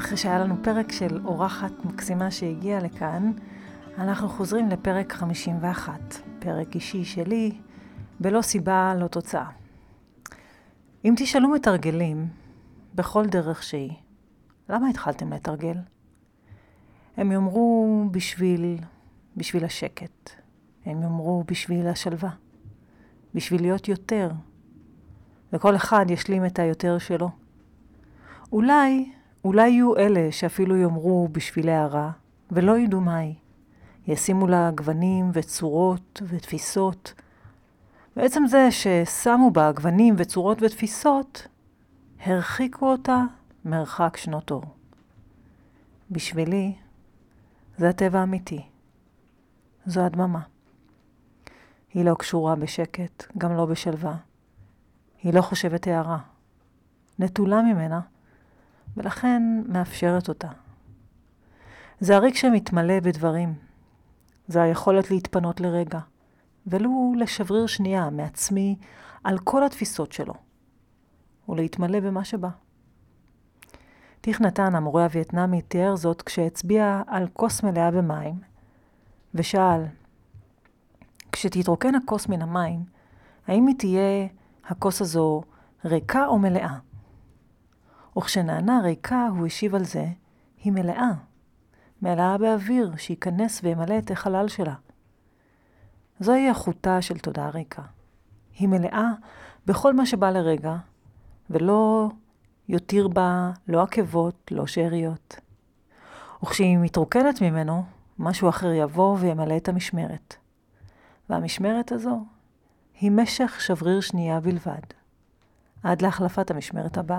אחרי שהיה לנו פרק של אורחת מקסימה שהגיעה לכאן, אנחנו חוזרים לפרק 51, פרק אישי שלי, בלא סיבה, לא תוצאה. אם תשאלו מתרגלים, בכל דרך שהיא, למה התחלתם לתרגל? הם יאמרו בשביל השקט. הם יאמרו בשביל השלווה. בשביל להיות יותר. וכל אחד ישלים את היותר שלו. אולי יהיו אלה שאפילו יאמרו בשביל הערה, ולא ידעו מהי. ישימו לה גוונים וצורות ותפיסות. בעצם זה ששמו בה גוונים וצורות ותפיסות, הרחיקו אותה מרחק שנות אור. בשבילי, זה הטבע האמיתי. זו הדממה. היא לא קשורה בשקט, גם לא בשלווה. היא לא חושבת הערה. נטולה ממנה, ולכן מאפשרת אותה. זה הריק שמתמלא בדברים. זה היכולת להתפנות לרגע, ולו לשבריר שנייה מעצמי על כל התפיסות שלו, ולהתמלא במה שבא. תיך נתן, המורה הווייטנאמי, תיאר זאת כשהצביע על כוס מלאה במים, ושאל, כשתתרוקן הכוס מן המים, האם היא תהיה הכוס הזו ריקה או מלאה? וכשנענה ריקה, הוא השיב על זה, היא מלאה. מלאה באוויר שייכנס וימלא את החלל שלה. זוהי איכותה של תודעה ריקה. היא מלאה בכל מה שבא לרגע, ולא יותיר בה לא עקבות, לא שאריות. וכשהיא מתרוקנת ממנו, משהו אחר יבוא וימלא את המשמרת. והמשמרת הזו היא משך שבריר שנייה בלבד, עד להחלפת המשמרת הבאה.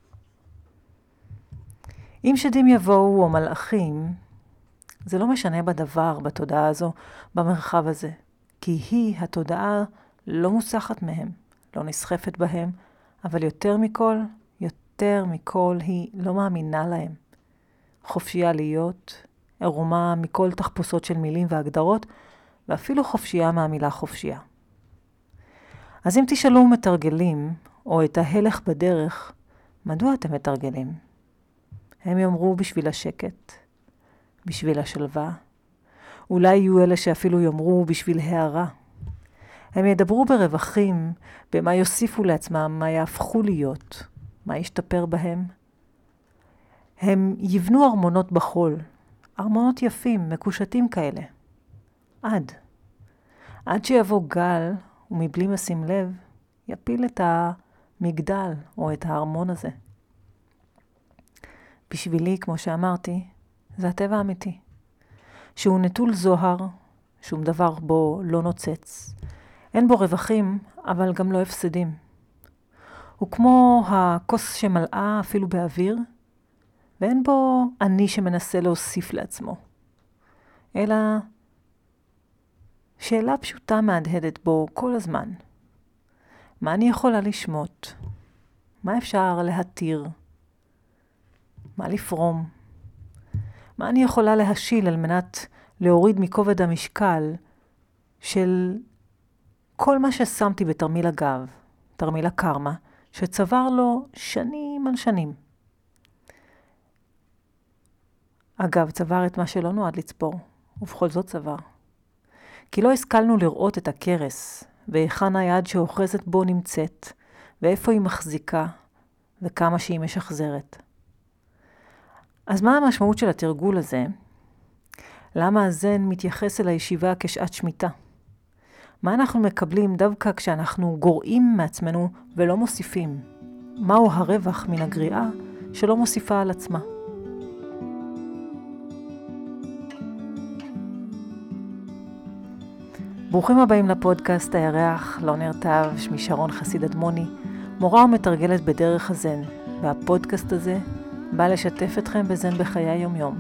אם שדים יבואו או מלאכים, זה לא משנה בדבר, בתודעה הזו, במרחב הזה, כי היא, התודעה, לא מוסחת מהם, לא נסחפת בהם, אבל יותר מכל היא לא מאמינה להם. חופשייה להיות, ערומה מכל תחפושות של מילים והגדרות, ואפילו חופשייה מהמילה חופשייה. אז אם תשאלו מתרגלים, או את ההלך בדרך, מדוע אתם מתרגלים? הם יאמרו בשביל השקט, בשביל השלווה. אולי יהיו אלה שאפילו יאמרו בשביל הערה. הם ידברו ברווחים, במה יוסיפו לעצמם, מה יהפכו להיות, מה ישתפר בהם. הם יבנו ארמונות בחול, ארמונות יפים, מקושטים כאלה. עד שיבוא גל, ומבלי לשים לב, יפיל את המגדל או את הארמון הזה. בשבילי, כמו שאמרתי, זה הטבע האמיתי. שהוא נטול זוהר, שום דבר בו לא נוצץ. אין בו רווחים, אבל גם לא הפסדים. הוא כמו הכוס שמלאה אפילו באוויר, ואין בו אני שמנסה להוסיף לעצמו. אלא שאלה פשוטה מהדהדת בו כל הזמן. מה אני יכולה לשמות? מה אפשר להתיר? מה לפרום? מה אני יכולה להשיל על מנת להוריד מכובד המשקל של כל מה ששמתי בתרמיל הגב, תרמיל הקרמה, שצבר לו שנים על שנים. אגב, צבר את מה שלא נועד לצבור, ובכל זאת צבר. כי לא השכלנו לראות את הקרס, והיכן היד שאוחזת בו נמצאת, ואיפה היא מחזיקה, וכמה שהיא משחזרת. אז מה המשמעות של התרגול הזה? למה הזן מתייחס אל הישיבה כשעת שמיטה? מה אנחנו מקבלים דווקא כשאנחנו גורעים מעצמנו ולא מוסיפים? מהו הרווח מן הגריעה שלא מוסיפה על עצמה? ברוכים הבאים לפודקאסט הירח, לא נרטב, שמי שרון חסיד אדמוני, מורה ומתרגלת בדרך הזן, והפודקאסט הזה בא לשתף אתכם בזן בחיי היום-יום.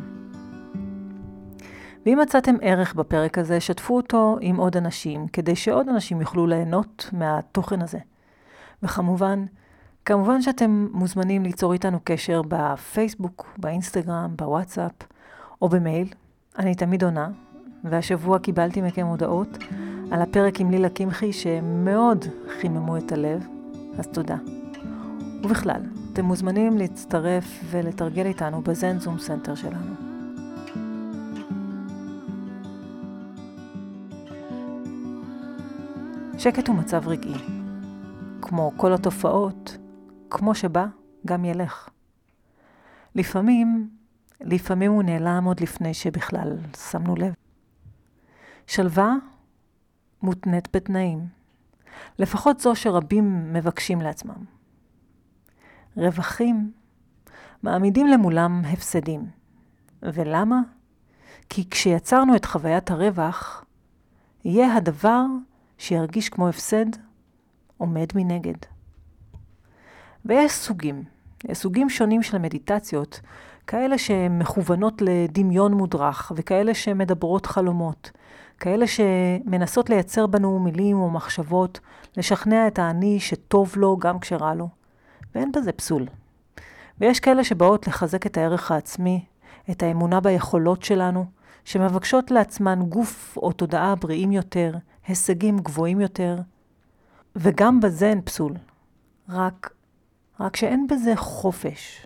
ואם מצאתם ערך בפרק הזה, שתפו אותו עם עוד אנשים, כדי שעוד אנשים יוכלו ליהנות מהתוכן הזה. וכמובן שאתם מוזמנים ליצור איתנו קשר בפייסבוק, באינסטגרם, בוואטסאפ או במייל. אני תמיד עונה, והשבוע קיבלתי מכם הודעות על הפרק עם לילה קמחי שמאוד חיממו את הלב, אז תודה. ובכלל, אתם מוזמנים להצטרף ולתרגל איתנו בזן זום סנטר שלנו. שקט הוא מצב רגעי. כמו כל התופעות, כמו שבא, גם ילך. לפעמים הוא נעלם עוד לפני שבכלל שמנו לב. שלווה מותנית בתנאים, לפחות זו שרבים מבקשים לעצמם. רווחים מעמידים למולם הפסדים. ולמה? כי כשיצרנו את חוויית הרווח, יהיה הדבר שירגיש כמו הפסד עומד מנגד. ויש סוגים שונים של מדיטציות, כאלה שמכוונות לדמיון מודרך, וכאלה שמדברות חלומות, כאלה שמנסות לייצר בנו מילים או מחשבות, לשכנע את האני שטוב לו גם כשרע לו. ואין בזה פסול. ויש כאלה שבאות לחזק את הערך העצמי, את האמונה ביכולות שלנו, שמבקשות לעצמן גוף או תודעה בריאים יותר, הישגים גבוהים יותר, וגם בזה אין פסול. רק שאין בזה חופש.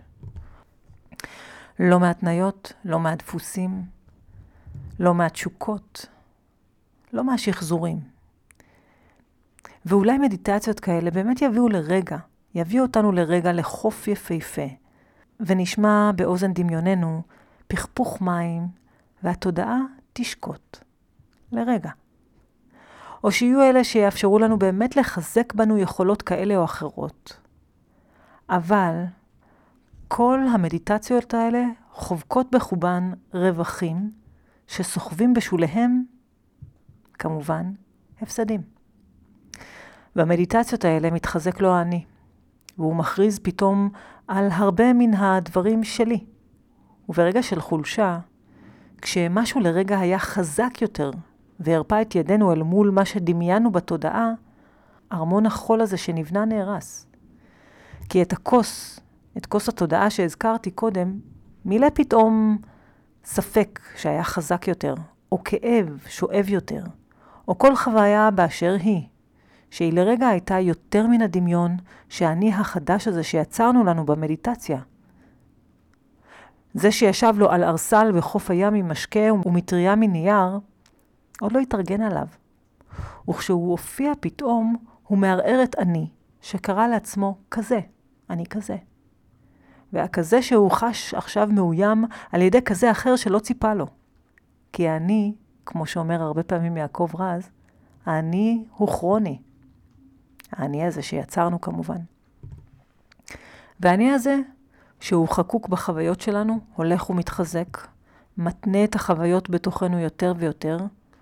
לא מהתניות, לא מהדפוסים, לא מהתשוקות, לא מהשחזורים. ואולי מדיטציות כאלה באמת יביאו אותנו לרגע לחוף יפהפה, ונשמע באוזן דמיוננו פכפוך מים, והתודעה תשקוט לרגע. או שיהיו אלה שיאפשרו לנו באמת לחזק בנו יכולות כאלה או אחרות. אבל כל המדיטציות האלה חובקות בחובן רווחים שסוחבים בשוליהם, כמובן, הפסדים. והמדיטציות האלה מתחזק לו האני, והוא מכריז פתאום על הרבה מן הדברים שלי. וברגע של חולשה, כשמשהו לרגע היה חזק יותר, והרפא את ידינו אל מול מה שדמיינו בתודעה, ארמון החול הזה שנבנה נהרס. כי את כוס התודעה שהזכרתי קודם, מילא פתאום ספק שהיה חזק יותר, או כאב שואב יותר, או כל חוויה באשר היא, שהיא לרגע הייתה יותר מן הדמיון שהאני החדש הזה שיצרנו לנו במדיטציה. זה שישב לו על ארסל בחוף הים עם משקה ומטריה מנייר, עוד לא התארגן עליו. וכשהוא הופיע פתאום, הוא מערער את אני, שקרא לעצמו כזה, אני כזה. והכזה שהוא חש עכשיו מאוים על ידי כזה אחר שלא ציפה לו. כי האני, כמו שאומר הרבה פעמים יעקב רז, האני הוא כרוני. האני הזה שיצרנו כמובן. והאני הזה, שהוא חקוק בחוויות שלנו, הולך ומתחזק, מתנה את החוויות בתוכנו יותר ויותר,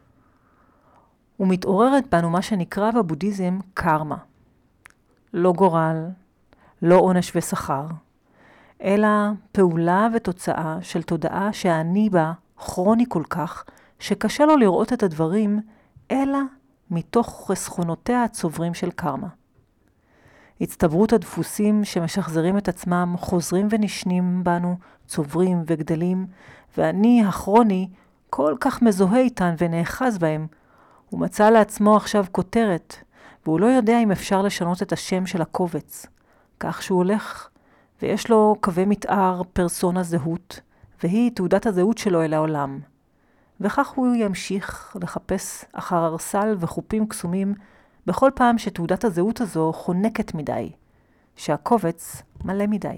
ומתעוררת בנו מה שנקרא בבודהיזם קרמה. לא גורל, לא עונש ושכר, אלא פעולה ותוצאה של תודעה שהאני בה כרוני כל כך, שקשה לו לראות את הדברים, אלא מתוך חסכונותיה הצוברים של קרמה. הצטברות הדפוסים שמשחזרים את עצמם חוזרים ונשנים בנו, צוברים וגדלים, ואני הכרוני כל כך מזוהה איתן ונאחז בהם. הוא מצא לעצמו עכשיו כותרת, והוא לא יודע אם אפשר לשנות את השם של הקובץ. כך שהוא הולך ויש לו קווי מתאר פרסונה זהות, והיא תעודת הזהות שלו אל העולם. וכך הוא ימשיך לחפש אחר ארסל וחופים קסומים בכל פעם שתעודת הזהות הזו חונקת מדי, שהקובץ מלא מדי.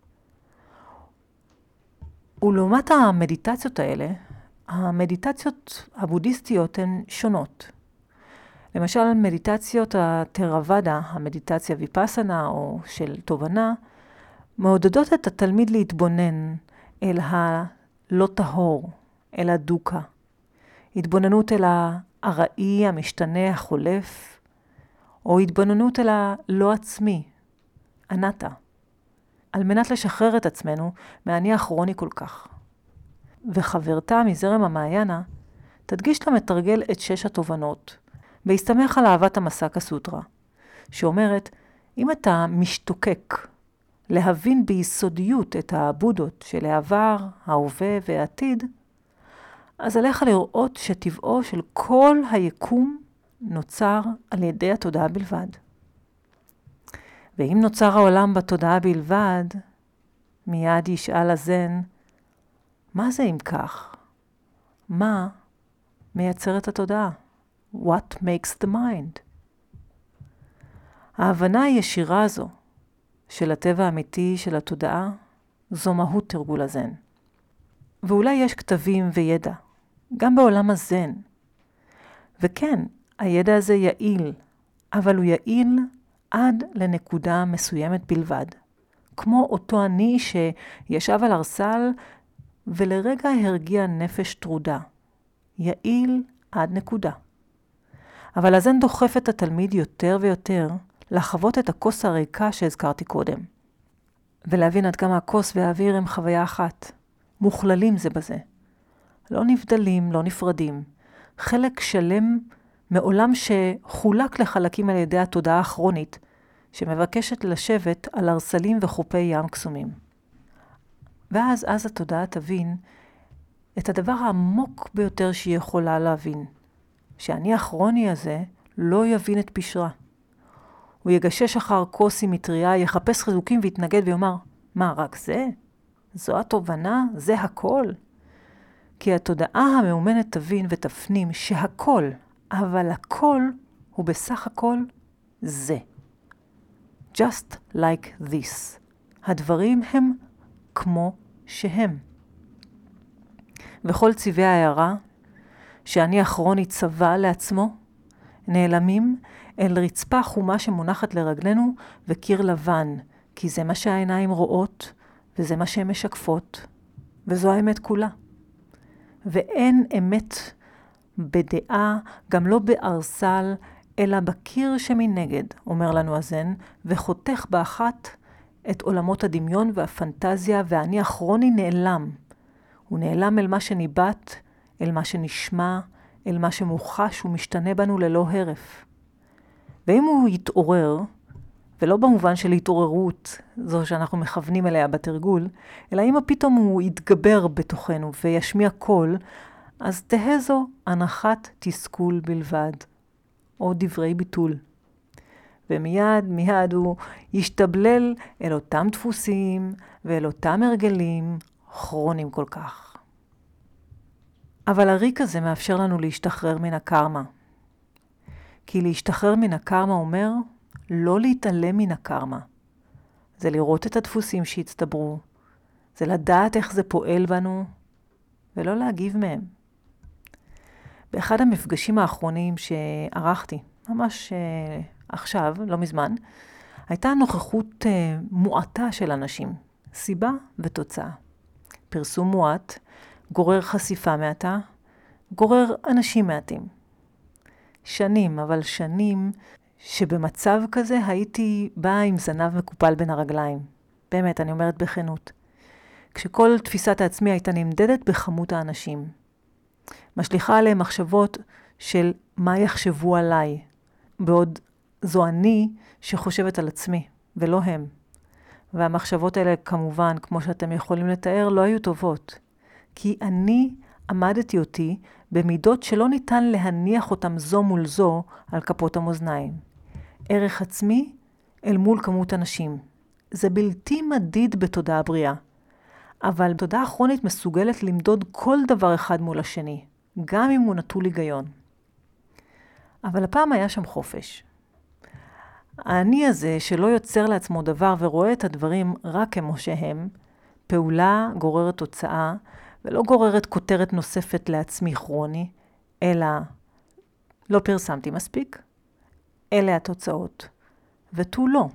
ולעומת המדיטציות האלה, המדיטציות הבודהיסטיות הן שונות. למשל, מדיטציות התרוואדה, המדיטציה ויפאסנה או של תובנה, מעודדות את התלמיד להתבונן אל הלא טהור, אל הדוקה. התבוננות אל הארעי, המשתנה, החולף, או התבוננות אל הלא עצמי, אנטה, על מנת לשחרר את עצמנו מהאני הכרוני כל כך. וחברתה מזרם המעיינה תדגיש למתרגל את 6 התובנות, בהסתמך על אהבת המסק הסוטרה, שאומרת, אם אתה משתוקק להבין ביסודיות את הבודות של העבר, ההווה והעתיד, אז עליך לראות שטבעו של כל היקום נוצר על ידי התודעה בלבד. ואם נוצר העולם בתודעה בלבד, מיד ישאל הזן, מה זה אם כך? מה מייצר את התודעה? What makes the mind? ההבנה הישירה הזו של הטבע האמיתי של התודעה, זו מהות תרגול הזן. ואולי יש כתבים וידע, גם בעולם הזן. וכן, הידע הזה יעיל, אבל הוא יעיל עד לנקודה מסוימת בלבד. כמו אותו אני שישב על ארסל ולרגע הרגיע נפש טרודה. יעיל עד נקודה. אבל הזן דוחף את התלמיד יותר ויותר לחוות את הכוס הריקה שהזכרתי קודם. ולהבין עד כמה הכוס והאוויר הם חוויה אחת. מוכללים זה בזה. לא נבדלים, לא נפרדים. חלק שלם מעולם שחולק לחלקים על ידי התודעה הכרונית, שמבקשת לשבת על ארסלים וחופי ים קסומים. ואז התודעה תבין את הדבר העמוק ביותר שהיא יכולה להבין. שאני הכרוני הזה לא יבין את פשרה. הוא יגשש אחר כוס עם מטריה, יחפש חיזוקים ויתנגד ויאמר, מה, רק זה? זו התובנה? זה הכל? כי התודעה המאומנת תבין ותפנים שהכל, אבל הכל הוא בסך הכל זה. Just like this. הדברים הם כמו שהם. וכל צבעי העיירה שאני הכרוני צבע לעצמו, נעלמים אל רצפה חומה שמונחת לרגלינו וקיר לבן, כי זה מה שהעיניים רואות וזה מה שהן משקפות, וזו האמת כולה. ואין אמת בדעה, גם לא בארסל, אלא בקיר שמנגד, אומר לנו הזן, וחותך באחת את עולמות הדמיון והפנטזיה, והאני הכרוני נעלם. הוא נעלם אל מה שניבט, אל מה שנשמע, אל מה שמוחש ומשתנה בנו ללא הרף. ואם הוא יתעורר, ולא במובן של התעוררות, זו שאנחנו מכוונים אליה בתרגול, אלא אם פתאום הוא יתגבר בתוכנו וישמיע קול, אז תהא זו הנחת תסכול בלבד, או דברי ביטול. ומיד הוא ישתבלל אל אותם דפוסים ואל אותם הרגלים כרוניים כל כך. אבל הריק הזה מאפשר לנו להשתחרר מן הקרמה. כי להשתחרר מן הקרמה אומר לא להתעלם מן הקרמה. זה לראות את הדפוסים שהצטברו. זה לדעת איך זה פועל בנו ולא להגיב מהם. באחד המפגשים האחרונים שערכתי, ממש עכשיו, לא מזמן, הייתה נוכחות מועטה של אנשים. סיבה ותוצאה. פרסום מועט גורר חשיפה מעטה, גורר אנשים מעטים. אבל שנים שבמצב כזה הייתי באה עם זנב מקופל בין הרגליים. באמת, אני אומרת בכנות. כשכל תפיסת העצמי הייתה נמדדת בכמות האנשים. משליחה עליהם מחשבות של מה יחשבו עליי, בעוד זו אני שחושבת על עצמי, ולא הם. והמחשבות האלה כמובן, כמו שאתם יכולים לתאר, לא היו טובות. כי אני עמדתי אותי במידות שלא ניתן להניח אותם זו מול זו על כפות המאזניים. ערך עצמי אל מול כמות אנשים. זה בלתי מדיד בתודעה בריאה. אבל תודעה כרונית מסוגלת למדוד כל דבר אחד מול השני, גם אם הוא נטול היגיון. אבל הפעם היה שם חופש. האני הזה שלא יוצר לעצמו דבר ורואה את הדברים רק כמו שהם, פעולה גוררת תוצאה, ולא גוררת כותרת נוספת לעצמי כרוני, אלא לא פרסמתי מספיק, אלה התוצאות, ותו לא.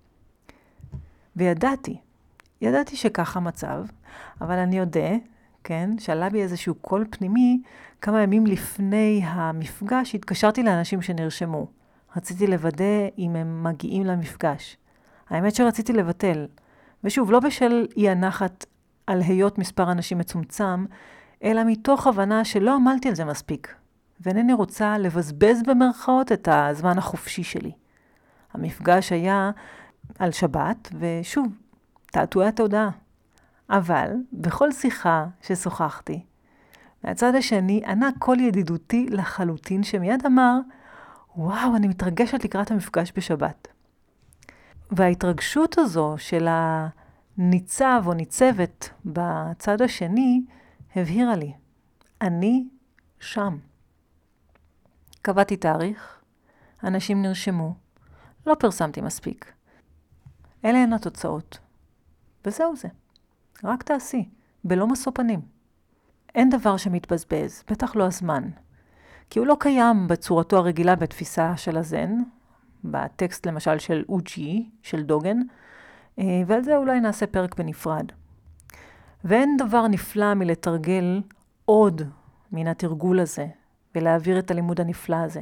וידעתי שככה מצב, אבל אני יודע, כן, שעלה בי איזשהו קול פנימי, כמה ימים לפני המפגש התקשרתי לאנשים שנרשמו. רציתי לוודא אם הם מגיעים למפגש. האמת שרציתי לבטל, ושוב, לא בשל אי הנחת על היות מספר אנשים מצומצם, אלא מתוך הבנה שלא עמלתי על זה מספיק, ואינני רוצה לבזבז במרכאות את הזמן החופשי שלי. המפגש היה על שבת, ושוב, תעתועי התודעה. אבל בכל שיחה ששוחחתי, מהצד השני ענה קול ידידותי לחלוטין שמיד אמר, וואו, אני מתרגשת לקראת המפגש בשבת. וההתרגשות הזו של הניצב או ניצבת בצד השני הבהירה לי, אני שם. קבעתי תאריך, אנשים נרשמו, לא פרסמתי מספיק. אלה הן התוצאות. וזהו זה. רק תעשי, בלא משוא פנים. אין דבר שמתבזבז, בטח לא הזמן. כי הוא לא קיים בצורתו הרגילה בתפיסה של הזן, בטקסט למשל של אוג'י, של דוגן, ועל זה אולי נעשה פרק בנפרד. ואין דבר נפלא מלתרגל עוד מן התרגול הזה, ולהעביר את הלימוד הנפלא הזה.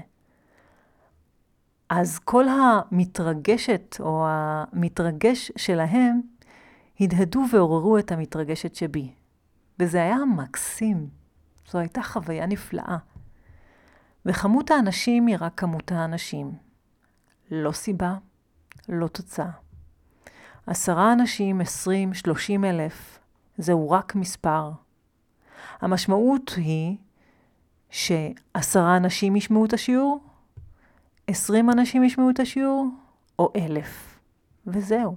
אז כל המתרגשת או המתרגש שלהם, הדהדו ועוררו את המתרגשת שבי. וזה היה מקסים. זו הייתה חוויה נפלאה. וכמות האנשים היא רק כמות האנשים. לא סיבה, לא תוצאה. 10 אנשים, 20, 30 אלף, זהו רק מספר. המשמעות היא ש10 אנשים ישמעו את השיעור, 20 אנשים ישמעו את השיעור, או 1,000. וזהו.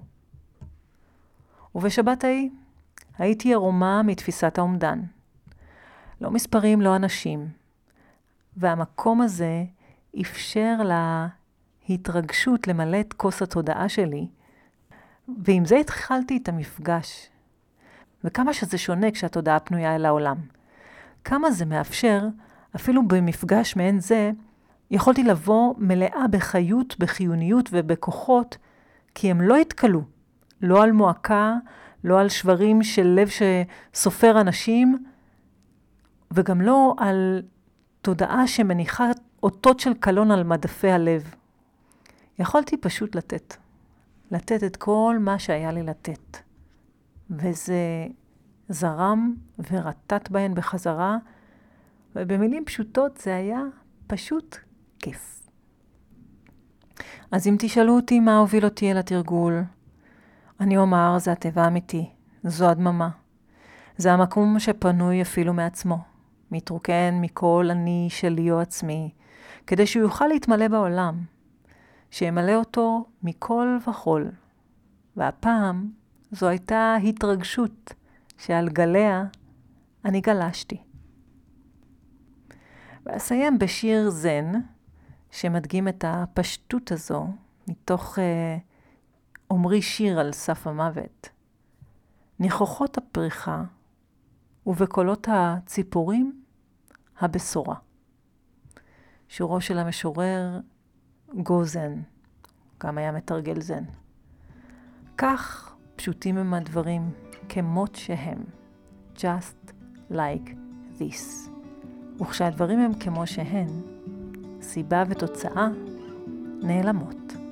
ובשבת ההיא, הייתי ערומה מתפיסת האומדן. לא מספרים, לא אנשים. והמקום הזה אפשר להתרגשות למלא את כוס התודעה שלי, ועם זה התחלתי את המפגש. וכמה שזה שונה כשהתודעה פנויה אל העולם. כמה זה מאפשר, אפילו במפגש מעין זה, יכולתי לבוא מלאה בחיות, בחיוניות ובכוחות, כי הם לא התקלו. לא על מועקה, לא על שברים של לב שסופר אנשים, וגם לא על תודעה שמניחה אותות של קלון על מדפי הלב. יכולתי פשוט לתת את כל מה שהיה לי לתת. וזה זרם ורטט בהן בחזרה, ובמילים פשוטות זה היה פשוט כיף. אז אם תשאלו אותי מה הוביל אותי אל התרגול, אני אומר, זה הטבע האמיתי, זו הדממה. זה המקום שפנוי אפילו מעצמו, מתרוקן מכל אני שלי או עצמי, כדי שהוא יוכל להתמלא בעולם, שימלא אותו מכל וכל. והפעם זו הייתה התרגשות שעל גליה אני גלשתי. ואסיים בשיר זן, שמדגים את הפשטות הזו, מתוך אומרי שיר על סף המוות. ניחוחות הפריחה, ובקולות הציפורים, הבשורה. שירו של המשורר גוזן, גם היה מתרגל זן. כך פשוטים הם הדברים, כמות שהם. Just like this. וכשהדברים הם כמו שהן, סיבה ותוצאה נעלמות.